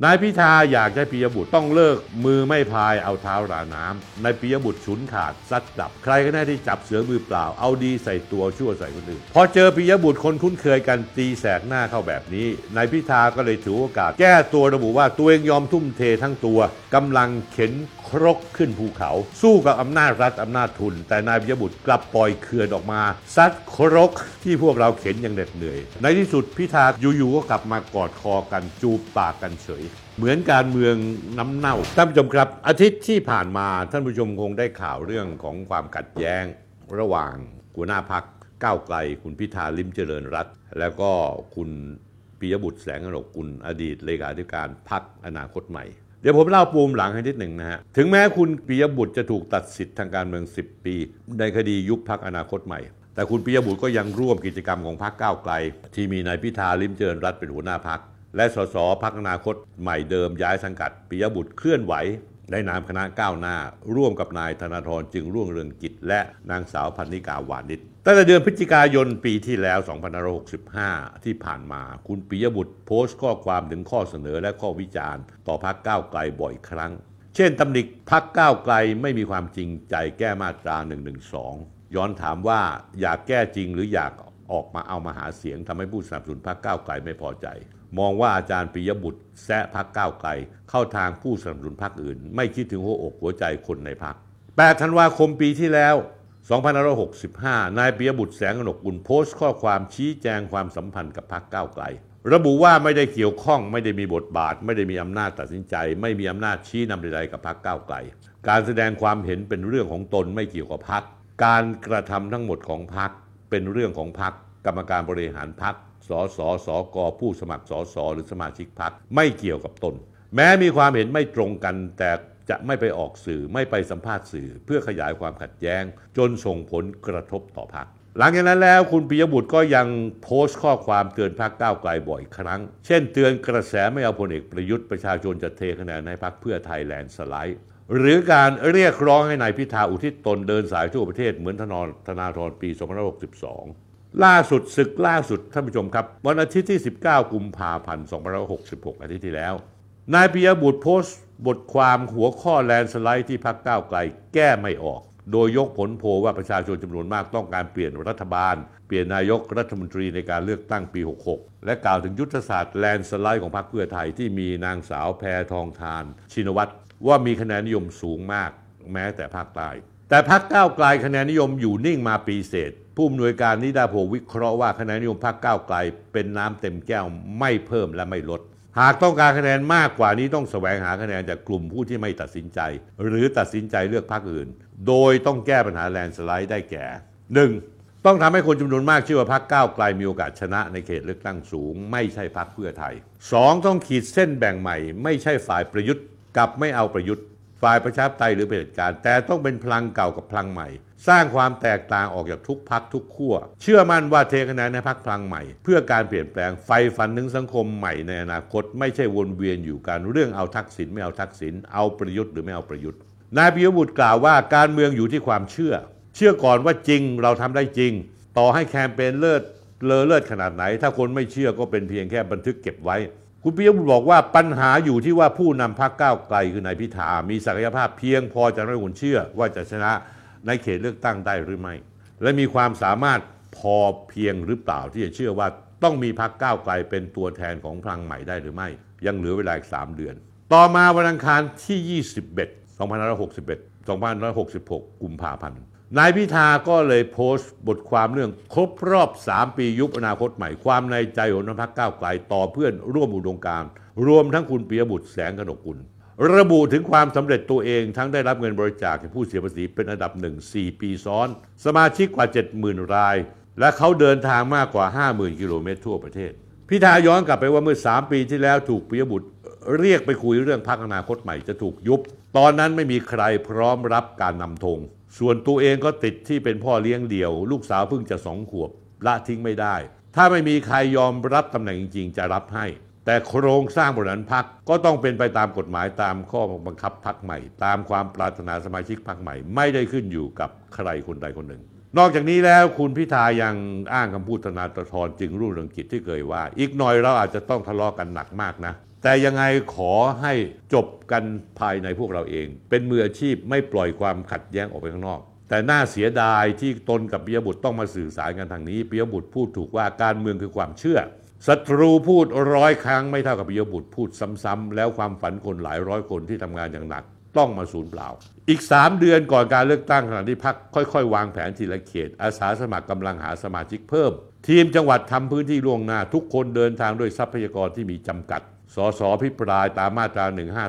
นายพิธาอยากให้ปิยบุตรต้องเลิกมือไม่พายเอาเท้าราน้ำนายปิยบุตรฉุนขาดซัดกลับใครก็แน่ที่จับเสือมือเปล่าเอาดีใส่ตัวชั่วใส่คนอื่นพอเจอปิยบุตรคนคุ้นเคยกันตีแสกหน้าเข้าแบบนี้นายพิธาก็เลยถือโอกาสแก้ตัวระบุว่าตัวเองยอมทุ่มเททั้งตัวกำลังเข็นครกขึ้นภูเขาสู้กับอำนาจรัฐอำนาจทุนแต่นายปิยบุตรกลับปล่อยเขื่อนออกมาซัดครกที่พวกเราเข็นอย่างเหน็ดเหนื่อยในที่สุดพิธาอยู่ๆก็กลับมากอดคอกันจูบปากกันเฉยเหมือนการเมืองน้ำเน่าท่านผู้ชมครับอาทิตย์ที่ผ่านมาท่านผู้ชมคงได้ข่าวเรื่องของความขัดแย้งระหว่างหัวหน้าพรรคก้าวไกลคุณพิธาลิ้มเจริญรัตน์แล้วก็คุณปิยบุตรแสงกนกกุลอดีตเลขาธิการพรรคอนาคตใหม่เดี๋ยวผมเล่าปูมหลังให้นิดหนึ่งนะฮะถึงแม้คุณปิยบุตรจะถูกตัดสิทธิ์ทางการเมือง10 ปีในคดียุบพรรคอนาคตใหม่แต่คุณปิยบุตรก็ยังร่วมกิจกรรมของพรรคก้าวไกลที่มีนายพิธาลิ้มเจริญรัตน์เป็นหัวหน้าพรรคและสสพรรคอนาคตใหม่เดิมย้ายสังกัดปิยบุตรเคลื่อนไหวในนามคณะก้าวหน้าร่วมกับนายธนาธรจึงรุ่งเรืองกิจและนางสาวพันนิกาวานิชตั้งแต่เดือนพฤศจิกายนปีที่แล้ว2565ที่ผ่านมาคุณปิยบุตรโพสต์ข้อความถึงข้อเสนอและข้อวิจารณ์ต่อพรรคก้าวไกลบ่อยครั้งเช่นตำหนิพรรคก้าวไกลไม่มีความจริงใจแก้มาตรา112ย้อนถามว่าอยากแก้จริงหรืออยากออกมาเอามาหาเสียงทำให้ผู้สนับสนุนพรรคก้าวไกลไม่พอใจมองว่าอาจารย์ปิยบุตรแซะพรรคก้าวไกลเข้าทางผู้สนับสนุนพรรคอื่นไม่คิดถึงหัวอกหัวใจคนในพรรค8 ธันวาคมปีที่แล้ว2565นายปิยบุตรแสงกนกกุลโพสต์ข้อความชี้แจงความสัมพันธ์กับพรรคก้าวไกลระบุว่าไม่ได้เกี่ยวข้องไม่ได้มีบทบาทไม่ได้มีอำนาจตัดสินใจไม่มีอำนาจชี้นำใดๆกับพรรคก้าวไกลการแสดงความเห็นเป็นเรื่องของตนไม่เกี่ยวกับพรรคการกระทำทั้งหมดของพรรคเป็นเรื่องของพรรคกรรมการบริหารพรรคสสสกผู้สมัครสสหรือสมาชิกพรรคไม่เกี่ยวกับตนแม้มีความเห็นไม่ตรงกันแต่จะไม่ไปออกสื่อไม่ไปสัมภาษณ์สื่อเพื่อขยายความขัดแย้งจนส่งผลกระทบต่อพรรคหลังจากนั้นแล้วคุณปิยบุตรก็ยังโพสต์ข้อความเตือนพรรคก้าวไกลบ่อยครั้งเช่นเตือนกระแสไม่เอาพลเอกประยุทธ์ประชาชนจะเทคะแนนให้พรรคเพื่อไทยแลนด์สไลด์หรือการเรียกร้องให้นายพิธาอุทิศตนเดินสายทั่วประเทศเหมือนธนาธรปี2562ล่าสุดศึกล่าสุดท่านผู้ชมครับวันอาทิตย์ที่19 กุมภาพันธ์2566อาทิตย์ที่แล้วนายปิยบุตรโพสต์บทความหัวข้อแลนด์สไลด์ที่พรรคก้าวไกลแก้ไม่ออกโดยยกผลโพลว่าประชาชนจำนวนมากต้องการเปลี่ยนรัฐบาลเปลี่ยนนายกรัฐมนตรีในการเลือกตั้งปี66และกล่าวถึงยุทธศาสตร์แลนด์สไลด์ของพรรคเพื่อไทยที่มีนางสาวแพทองธารชินวัตรว่ามีคะแนนนิยมสูงมากแม้แต่ภาคใต้แต่พรรคก้าวไกลคะแนนนิยมอยู่นิ่งมาปีเศษผู้อำนวยการนิดาโพวิเคราะห์ว่าคะแนนนิยมพรรคก้าวไกลเป็นน้ำเต็มแก้วไม่เพิ่มและไม่ลดหากต้องการคะแนนมากกว่านี้ต้องแสวงหาคะแนนจากกลุ่มผู้ที่ไม่ตัดสินใจหรือตัดสินใจเลือกพรรคอื่นโดยต้องแก้ปัญหาแลนด์สไลด์ได้แก่ 1. ต้องทำให้คนจำนวนมากเชื่อว่าพรรคก้าวไกลมีโอกาสชนะในเขตเลือกตั้งสูงไม่ใช่พรรคเพื่อไทย 2. ต้องขีดเส้นแบ่งใหม่ไม่ใช่ฝ่ายประยุทธ์กับไม่เอาประยุทธ์ฝ่ายประชาธิปไตยหรือเผด็จการแต่ต้องเป็นพลังเก่ากับพลังใหม่สร้างความแตกต่างออกจากทุกพรรคทุกขั้วเชื่อมั่นว่าเทคะแนนในพรรคพลังใหม่เพื่อการเปลี่ยนแปลงไฟฝันถึงสังคมใหม่ในอนาคตไม่ใช่วนเวียนอยู่กันเรื่องเอาทักษิณไม่เอาทักษิณเอาประยุทธ์หรือไม่เอาประยุทธ์นายปิยบุตรกล่าวว่าการเมืองอยู่ที่ความเชื่อก่อนว่าจริงเราทำได้จริงต่อให้แคมเปญเลิศขนาดไหนถ้าคนไม่เชื่อก็เป็นเพียงแค่บันทึกเก็บไว้คุณปิยบุตรบอกว่าปัญหาอยู่ที่ว่าผู้นำพรรคก้าวไกลคือนายพิธามีศักยภาพเพียงพอจะให้คนเชื่อว่าจะชนะในเขตเลือกตั้งได้หรือไม่และมีความสามารถพอเพียงหรือเปล่าที่จะเชื่อว่าต้องมีพรรคก้าวไกลเป็นตัวแทนของพลังใหม่ได้หรือไม่ยังเหลือเวลาอีก3 เดือนต่อมาวันอังคารที่2566 กุมภาพันธ์นายพิธาก็เลยโพสต์บทความเรื่องครบรอบ3 ปียุบอนาคตใหม่ความในใจของพรรคก้าวไกลต่อเพื่อนร่วมอุดมการณ์รวมทั้งคุณปิยบุตรแสงกนกกุลระบุถึงความสำเร็จตัวเองทั้งได้รับเงินบริจาคจากผู้เสียภาษีเป็นอันดับ4 ปีซ้อนสมาชิกกว่า 70,000 รายและเขาเดินทางมากกว่า 50,000 กิโลเมตรทั่วประเทศพิธาย้อนกลับไปว่าเมื่อ3 ปีที่แล้วถูกปิยบุตรเรียกไปคุยเรื่องพรรคอนาคตใหม่จะถูกยุบตอนนั้นไม่มีใครพร้อมรับการนำธงส่วนตัวเองก็ติดที่เป็นพ่อเลี้ยงเดี่ยวลูกสาวเพิ่งจะ2 ขวบละทิ้งไม่ได้ถ้าไม่มีใครยอมรับตำแหน่งจริงๆจะรับให้แต่โครงสร้างบริหารพรรคก็ต้องเป็นไปตามกฎหมายตามข้อบังคับพรรคใหม่ตามความปรารถนาสมาชิกพรรคใหม่ไม่ได้ขึ้นอยู่กับใครคนใดคนหนึ่งนอกจากนี้แล้วคุณพิธายังอ้างคำพูดธนาธรจึงรุ่งเรืองกิจที่เคยว่าอีกหน่อยเราอาจจะต้องทะเลาะกันหนักมากนะแต่ยังไงขอให้จบกันภายในพวกเราเองเป็นมืออาชีพไม่ปล่อยความขัดแย้งออกไปข้างนอกแต่น่าเสียดายที่ตนกับปิยบุตรต้องมาสื่อสารกันทางนี้ปิยบุตรพูดถูกว่าการเมืองคือความเชื่อศัตรูพูด100 ครั้งไม่เท่ากับปิยบุตรพูดซ้ำๆแล้วความฝันคนหลายร้อยคนที่ทำงานอย่างหนักต้องมาสูญเปล่าอีก3 เดือนก่อนการเลือกตั้งขณะที่พรรคค่อยๆวางแผนทีละเขตอาสาสมัครกำลังหาสมาชิกเพิ่มทีมจังหวัดทำพื้นที่ล่วงหน้าทุกคนเดินทางด้วยทรัพยากรที่มีจำกัดสสพิปรายตามมาตรา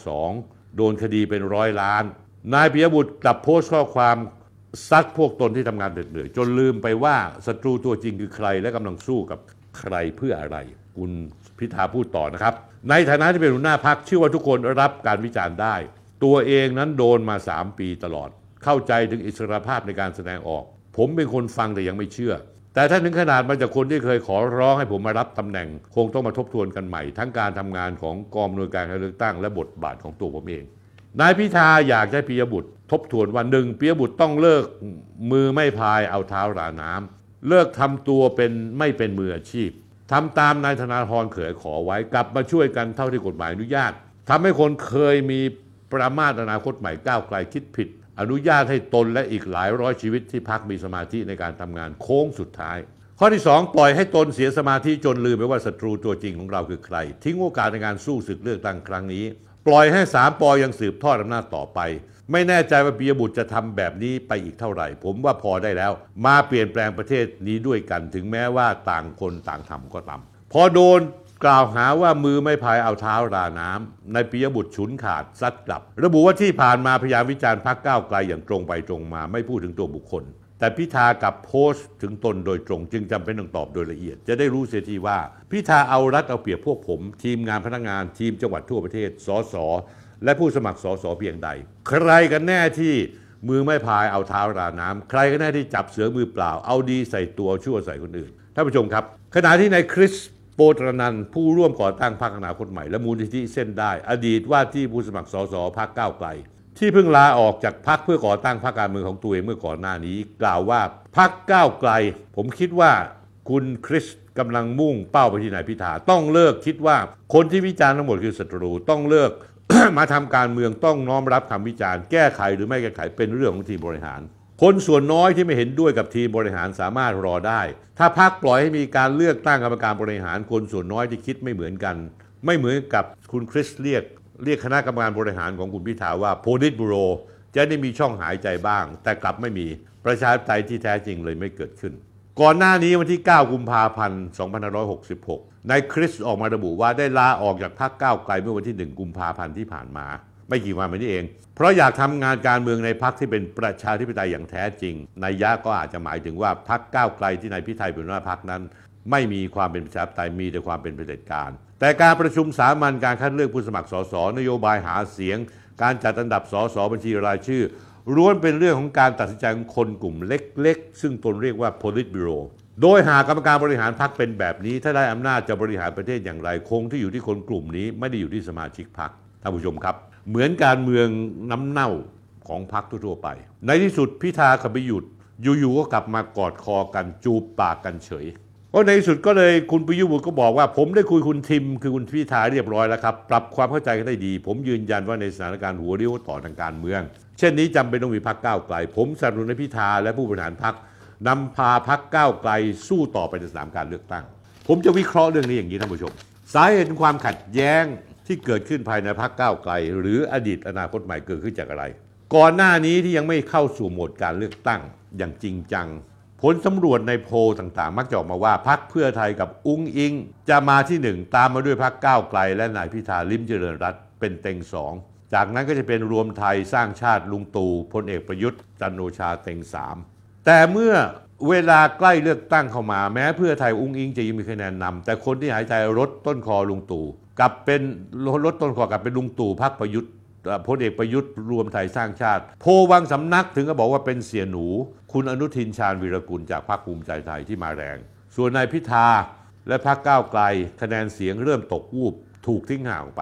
152โดนคดีเป็น100 ล้านนายปิยบุตรกลับโพสต์ข้อความซัดพวกตนที่ทำงานเหนื่อยจนลืมไปว่าศัตรูตัวจริงคือใครและกำลังสู้กับใครเพื่ออะไรคุณพิธาพูดต่อนะครับในฐานะที่เป็นหัวหน้าพรรคเชื่อว่าทุกคนรับการวิจารณ์ได้ตัวเองนั้นโดนมา3 ปีตลอดเข้าใจถึงอิสรภาพในการแสดงออกผมเป็นคนฟังแต่ยังไม่เชื่อแต่ถ้าถึงขนาดมาจากคนที่เคยขอร้องให้ผมมารับตำแหน่งคงต้องมาทบทวนกันใหม่ทั้งการทำงานของกองอำนวยการการเลือกตั้งและบทบาทของตัวผมเองนายพิธาอยากให้ปิยบุตรทบทวนวันหนึ่งปิยบุตรต้องเลิกมือไม่พายเอาเท้าราน้ำเลิกทำตัวเป็นไม่เป็นมืออาชีพทำตามนายธนาธรเคยขอไว้กลับมาช่วยกันเท่าที่กฎหมายอนุญาตทำให้คนเคยมีประมาทอนาคตใหม่ก้าวไกลคิดผิดอนุญาตให้ตนและอีกหลายร้อยชีวิตที่พรรคมีสมาธิในการทำงานโค้งสุดท้ายข้อที่2ปล่อยให้ตนเสียสมาธิจนลืมไปว่าศัตรูตัวจริงของเราคือใครทิ้งโอกาสในการสู้ศึกเลือกตั้งครั้งนี้ปล่อยให้3 ป.ยังสืบทอดอำนาจต่อไปไม่แน่ใจว่าปิยบุตรจะทำแบบนี้ไปอีกเท่าไหร่ผมว่าพอได้แล้วมาเปลี่ยนแปลงประเทศนี้ด้วยกันถึงแม้ว่าต่างคนต่างทำก็ตามพอโดนกล่าวหาว่ามือไม่พายเอาเท้าราน้ำนายปิยบุตรฉุนขาดซัดกลับระบุว่าที่ผ่านมาพยายามวิจารณ์พรรคก้าวไกลอย่างตรงไปตรงมาไม่พูดถึงตัวบุคคลแต่พิธากับโพสต์ถึงตนโดยตรงจึงจำเป็นต้องตอบโดยละเอียดจะได้รู้เสียทีว่าพิธาเอารัดเอาเปรียบพวกผมทีมงานพนักงานทีมจังหวัดทั่วประเทศสสและผู้สมัครสสเพียงใดใครกันแน่ที่มือไม่พายเอาเท้าราน้ำใครกันแน่ที่จับเสือมือเปล่าเอาดีใส่ตัวชั่วใส่คนอื่นท่านผู้ชมครับขณะที่นายคริสโปตรนันท์ผู้ร่วมก่อตั้งพรรคอนาคตใหม่และมูลนิธิเส้นได้อดีตว่าที่ผู้สมัครสสพรรคก้าวไกลที่เพิ่งลาออกจากพรรคเพื่อก่อตั้งพรรคการเมืองของตัวเองเมื่อก่อนหน้านี้กล่าวว่าพรรคก้าวไกลผมคิดว่าคุณคริสกำลังมุ่งเป้าไปที่นายพิธาต้องเลิกคิดว่าคนที่วิจารณ์ทั้งหมดคือศัตรูต้องเลิก มาทำการเมืองต้องน้อมรับคำวิจารณ์แก้ไขหรือไม่แก้ไขเป็นเรื่องของทีมบริหารคนส่วนน้อยที่ไม่เห็นด้วยกับทีมบริหารสามารถรอได้ถ้าพรรคปล่อยให้มีการเลือกตั้งกรรมการบริหารคนส่วนน้อยที่คิดไม่เหมือนกันไม่เหมือนกับคุณคริสเรียกคณะกรรมการบริหารของคุณพิธาว่าโพลิตบูโรจะได้มีช่องหายใจบ้างแต่กลับไม่มีประชาธิปไตยที่แท้จริงเลยไม่เกิดขึ้นก่อนหน้านี้วันที่9 กุมภาพันธ์ 2566นายคริสออกมาระบุว่าได้ลาออกจากพรรคก้าวไกลเมื่อวันที่1 กุมภาพันธ์ที่ผ่านมาไม่กี่วันมานี้เองเพราะอยากทำงานการเมืองในพรรคที่เป็นประชาธิปไตยอย่างแท้จริงนัยยะก็อาจจะหมายถึงว่าพรรคก้าวไกลที่นายพิธาเป็นหัวหน้าพรรคนั้นไม่มีความเป็นประชาธิปไตยมีแต่ความเป็นเผด็จการแต่การประชุมสามัญการคัดเลือกผู้สมัครสสนโยบายหาเสียงการจัดอันดับสสบัญชีรายชื่อล้วนเป็นเรื่องของการตัดสินใจของคนกลุ่มเล็กๆซึ่งตนเรียกว่า Politburo Bureau โดยหากกรรมการบริหารพรรคเป็นแบบนี้ถ้าได้อำนาจจะบริหารประเทศอย่างไรคงที่อยู่ที่คนกลุ่มนี้ไม่ได้อยู่ที่สมาชิกพรรคท่านผู้ชมครับเหมือนการเมืองน้ำเน่าของพรรคทั่วไปในที่สุดพิธากับปิยบุตรอยู่ๆก็กลับมากอดคอกันจูบปากกันเฉยเพราะในที่สุดก็เลยคุณปิยบุตรก็บอกว่าผมได้คุยคุณทิมคือคุณพิธาเรียบร้อยแล้วครับปรับความเข้าใจกันได้ดีผมยืนยันว่าในสถานการณ์หัวเรี่ยวต่อทางการเมืองเช่นนี้จำเป็นต้องมีพรรคก้าวไกลผมสนับสนุนให้พิธาและผู้บริหารพรรคนำพาพรรคก้าวไกลสู้ต่อไปในสนามการเลือกตั้งผมจะวิเคราะห์เรื่องนี้อย่างนี้ท่านผู้ชมสาเหตุความขัดแย้งที่เกิดขึ้นภายในพรรคก้าวไกลหรืออดีตอนาคตใหม่เกิดขึ้นจากอะไรก่อนหน้านี้ที่ยังไม่เข้าสู่โหมดการเลือกตั้งอย่างจริงจังผลสำรวจในโพลต่างๆมักจะออกมาว่าพรรคเพื่อไทยกับอุ๊งอิงจะมาที่1ตามมาด้วยพรรคก้าวไกลและนายพิธาลิ้มเจริญรัตน์เป็นเต็ง2จากนั้นก็จะเป็นรวมไทยสร้างชาติลุงตู่พลเอกประยุทธ์จันทร์โอชาเต็ง3แต่เมื่อเวลาใกล้เลือกตั้งเข้ามาแม้เพื่อไทยอุ๊งอิงจะยังมีคะแนนนำแต่คนที่หายใจรถต้นคอลุงตู่กลับเป็นรถต้นคอกลับเป็นลุงตู่พรรคประยุทธ์พลเอกประยุทธ์รวมไทยสร้างชาติโพบางสำนักถึงก็บอกว่าเป็นเสียหนูคุณอนุทินชาญวีรกุลจากพรรคภูมิใจไทยที่มาแรงส่วนนายพิธาและพรรคก้าวไกลคะแนนเสียงเริ่มตกวูบถูกทิ้งห่างไป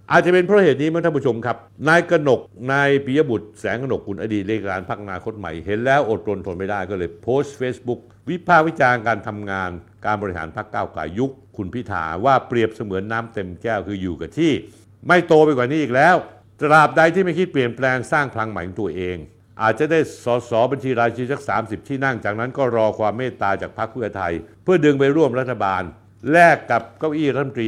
อาจจะเป็นเพราะเหตุนี้มั้งท่านผู้ชมครับนายกนกนายปิยบุตรแสงกนกกุลอดีตเลขาธิการพรรคอนาคตใหม่เห็นแล้วอดทนไม่ได้ก็เลยโพสต์ Facebook วิพากษ์วิจารณ์การทำงานการบริหารพรรคก้าวไกลยุคคุณพิธาว่าเปรียบเสมือนน้ำเต็มแก้วคืออยู่กับที่ไม่โตไปกว่านี้อีกแล้วตราบใดที่ไม่คิดเปลี่ยนแปลงสร้างพลังใหม่ของตัวเองอาจจะได้สสบัญชีรายชื่อสัก30ที่นั่งจากนั้นก็รอความเมตตาจากพรรคเพื่อไทยเพื่อดึงไปร่วมรัฐบาลแลกกับเก้าอี้รัฐมนตรี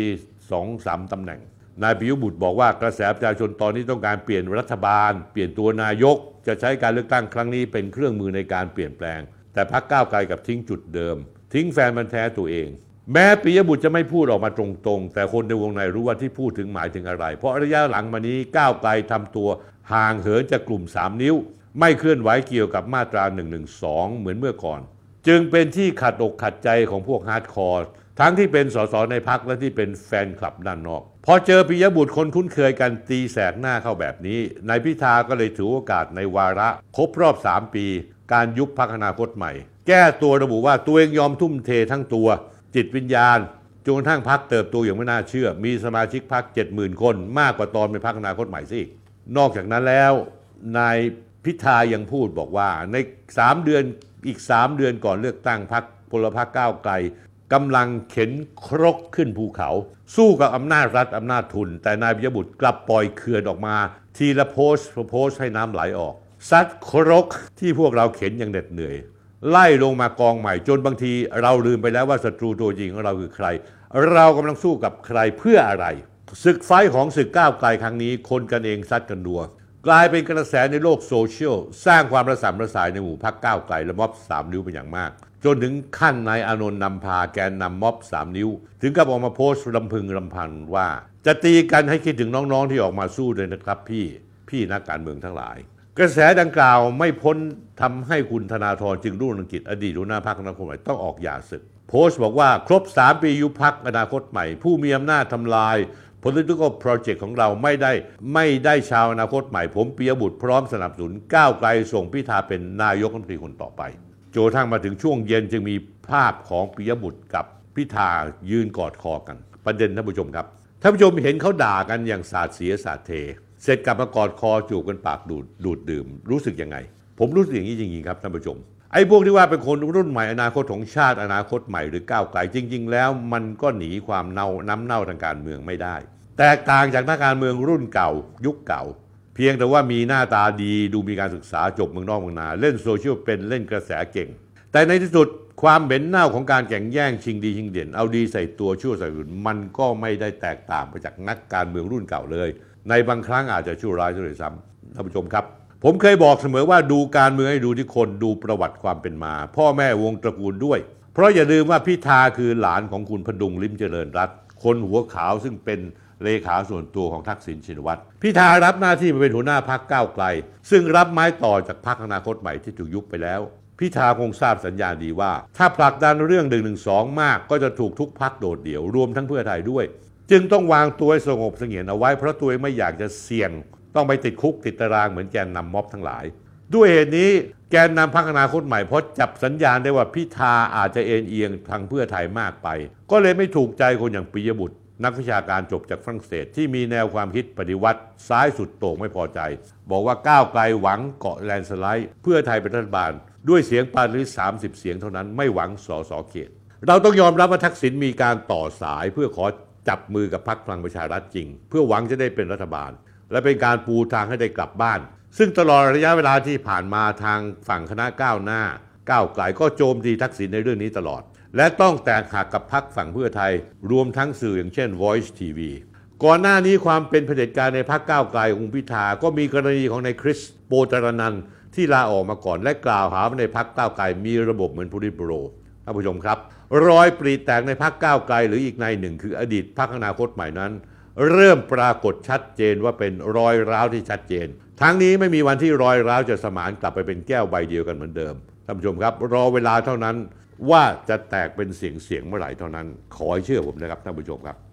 2-3 ตำแหน่งนายปิยบุตรบอกว่ากระแสประชาชนตอนนี้ต้องการเปลี่ยนรัฐบาลเปลี่ยนตัวนายกจะใช้การเลือกตั้งครั้งนี้เป็นเครื่องมือในการเปลี่ยนแปลงแต่พรรคก้าวไกลกับทิ้งจุดเดิมทิ้งแฟนมันธุ์แท้ตัวเองแม้ปิยบุตรจะไม่พูดออกมาตรงๆแต่คนในวงในรู้ว่าที่พูดถึงหมายถึงอะไรเพราะระยะหลังมานี้ก้าวไกลทำตัวห่างเหินจากกลุ่ม3นิ้วไม่เคลื่อนไหวเกี่ยวกับมาตรา112เหมือนเมื่อก่อนจึงเป็นที่ขัดอกขัดใจของพวกฮาร์ดคอร์ทั้งที่เป็นสสในพรรคและที่เป็นแฟนคลับด้านนอกพอเจอปิยบุตรคนคุ้นเคยกันตีแสกหน้าเข้าแบบนี้นายพิธาก็เลยถือโอกาสในวาระครบรอบ3ปีการยุบพรรคอนาคตใหม่แก้ตัวระบุว่าตัวเองยอมทุ่มเททั้งตัวจิตวิญญาณจนกระทั่งพรรคเติบโตอย่างไม่น่าเชื่อมีสมาชิกพรรค 70,000 คนมากกว่าตอนเป็นพรรคอนาคตใหม่สินอกจากนั้นแล้วนายพิธายังพูดบอกว่าใน3 เดือนอีก3 เดือนก่อนเลือกตั้งพรรคพลพรรคก้าวไกลกำลังเข็นครกขึ้นภูเขาสู้กับอำนาจรัฐอำนาจทุนแต่นายปิยบุตรกลับปล่อยเขื่อนออกมาทีละโพสต์ให้น้ำไหลออกซัดครกที่พวกเราเข็นอย่างเหน็ดเหนื่อยไล่ลงมากองใหม่จนบางทีเราลืมไปแล้วว่าศัตรูตัวจริงของเราคือใครเรากำลังสู้กับใครเพื่ออะไรศึกไฟของศึกก้าวไกลครั้งนี้คนกันเองซัดกันนัวกลายเป็นกระแสในโลกโซเชียลสร้างความระสำระสายในหมู่พรรคก้าวไกลและม็อบ3 นิ้วเป็นอย่างมากจนถึงขั้นนายอานนท์นำพาแกนนำม็อบ3 นิ้วถึงกับออกมาโพสต์รำพึงรำพันว่าจะตีกันให้คิดถึงน้องๆที่ออกมาสู้เลยนะครับพี่นักการเมืองทั้งหลายกระแสดังกล่าวไม่พ้นทำให้คุณธนาธรจึงรุ่งเรืองกิจอดีตหัวหน้าพรรคอนาคตใหม่ต้องออกหย่าศึกโพสต์บอกว่าครบ3 ปียุบพรรคอนาคตใหม่ผู้มีอำนาจทำลาย political project ของเราไม่ได้ชาวอนาคตใหม่ผมปิยบุตรพร้อมสนับสนุนก้าวไกลส่งพิธาเป็นนายกรัฐมนตรีคนต่อไปโจกระทั่งมาถึงช่วงเย็นจึงมีภาพของปิยบุตรกับพิธายืนกอดคอกันประเด็นท่านผู้ชมครับท่านผู้ชมเห็นเขาด่ากันอย่างสาดเสียสาดเทเสร็จกลับมากอดคอจูบกันปากดูดดื่มรู้สึกยังไงผมรู้สึกอย่างนี้จริงๆครับท่านผู้ชมไอ้พวกที่ว่าเป็นคนรุ่นใหม่อนาคตของชาติอนาคตใหม่หรือก้าวไกลจริงๆแล้วมันก็หนีความน้ำเน่าทางการเมืองไม่ได้แตกต่างจากนักการเมืองรุ่นเก่ายุคเก่าเพียงแต่ว่ามีหน้าตาดีดูมีการศึกษาจบเมืองนอกเมืองนาเล่นโซเชียลเป็นเล่นกระแสเก่งแต่ในที่สุดความเหม็นเน่าของการแข่งแย่งชิงดีชิงเด่นเอาดีใส่ตัวชั่วใส่อื่นมันก็ไม่ได้แตกต่างไปจากนักการเมืองรุ่นเก่าเลยในบางครั้งอาจจะชั่วร้ายด้วยซ้ำท่านผู้ชมครับผมเคยบอกเสมอว่าดูการเมืองให้ดูที่คนดูประวัติความเป็นมาพ่อแม่วงตระกูลด้วยเพราะอย่าลืมว่าพิธาคือหลานของคุณพดุงลิ้มเจริญรัตน์คนหัวขาวซึ่งเป็นเลขาส่วนตัวของทักษิณชินวัตรพิธารับหน้าที่มาเป็นหัวหน้าพรรคก้าวไกลซึ่งรับไม้ต่อจากพรรคอนาคตใหม่ที่ถูกยุบไปแล้วพิธาคงทราบสัญญาณดีว่าถ้าผลักดันเรื่อง112มากก็จะถูกทุกพรรคโดดเดี่ยวรวมทั้งเพื่อไทยด้วยจึงต้องวางตัวให้สงบเสงี่ยมเอาไว้เพราะตัวเองไม่อยากจะเสี่ยงต้องไปติดคุกติดตารางเหมือนแกนนำม็อบทั้งหลายด้วยเหตุนี้แกนนำพรรคอนาคตใหม่เพราะจับสัญญาณได้ว่าพิธาอาจจะเอ็นเอียงทางเพื่อไทยมากไปก็เลยไม่ถูกใจคนอย่างปิยบุตรนักวิชาการจบจากฝรั่งเศสที่มีแนวความคิดปฏิวัติซ้ายสุดโต่งไม่พอใจบอกว่าก้าวไกลหวังเกาะแลนสไลด์เพื่อไทยเป็นรัฐบาลด้วยเสียงปาร์ตี้30 เสียงเท่านั้นไม่หวังสสเขตเราต้องยอมรับว่าทักษิณมีการต่อสายเพื่อขอจับมือกับพรรคพลังประชารัฐจริงเพื่อหวังจะได้เป็นรัฐบาลและเป็นการปูทางให้ได้กลับบ้านซึ่งตลอดระยะเวลาที่ผ่านมาทางฝั่งคณะก้าวหน้าก้าวไกลก็โจมตีทักษิณในเรื่องนี้ตลอดและต้องแตกหักกับพรรคฝั่งเพื่อไทยรวมทั้งสื่ออย่างเช่น Voice TV ก่อนหน้านี้ความเป็นเผด็จการในพรรคก้าวไกลองค์พิธาก็มีกรณีของนายคริสโปตรนันท์ที่ลาออกมาก่อนและกล่าวหาว่าในพรรคก้าวไกลมีระบบเหมือนโพลิตบูโรท่านผู้ชมครับรอยปรีแตกในพรรคก้าวไกลหรืออีกในหนึ่งคืออดีตพรรคอนาคตใหม่นั้นเริ่มปรากฏชัดเจนว่าเป็นรอยร้าวที่ชัดเจนทั้งนี้ไม่มีวันที่รอยร้าวจะสมานกลับไปเป็นแก้วใบเดียวกันเหมือนเดิมท่านผู้ชมครับรอเวลาเท่านั้นว่าจะแตกเป็นเสียงเมื่อไหร่เท่านั้นขอให้เชื่อผมนะครับท่านผู้ชมครับ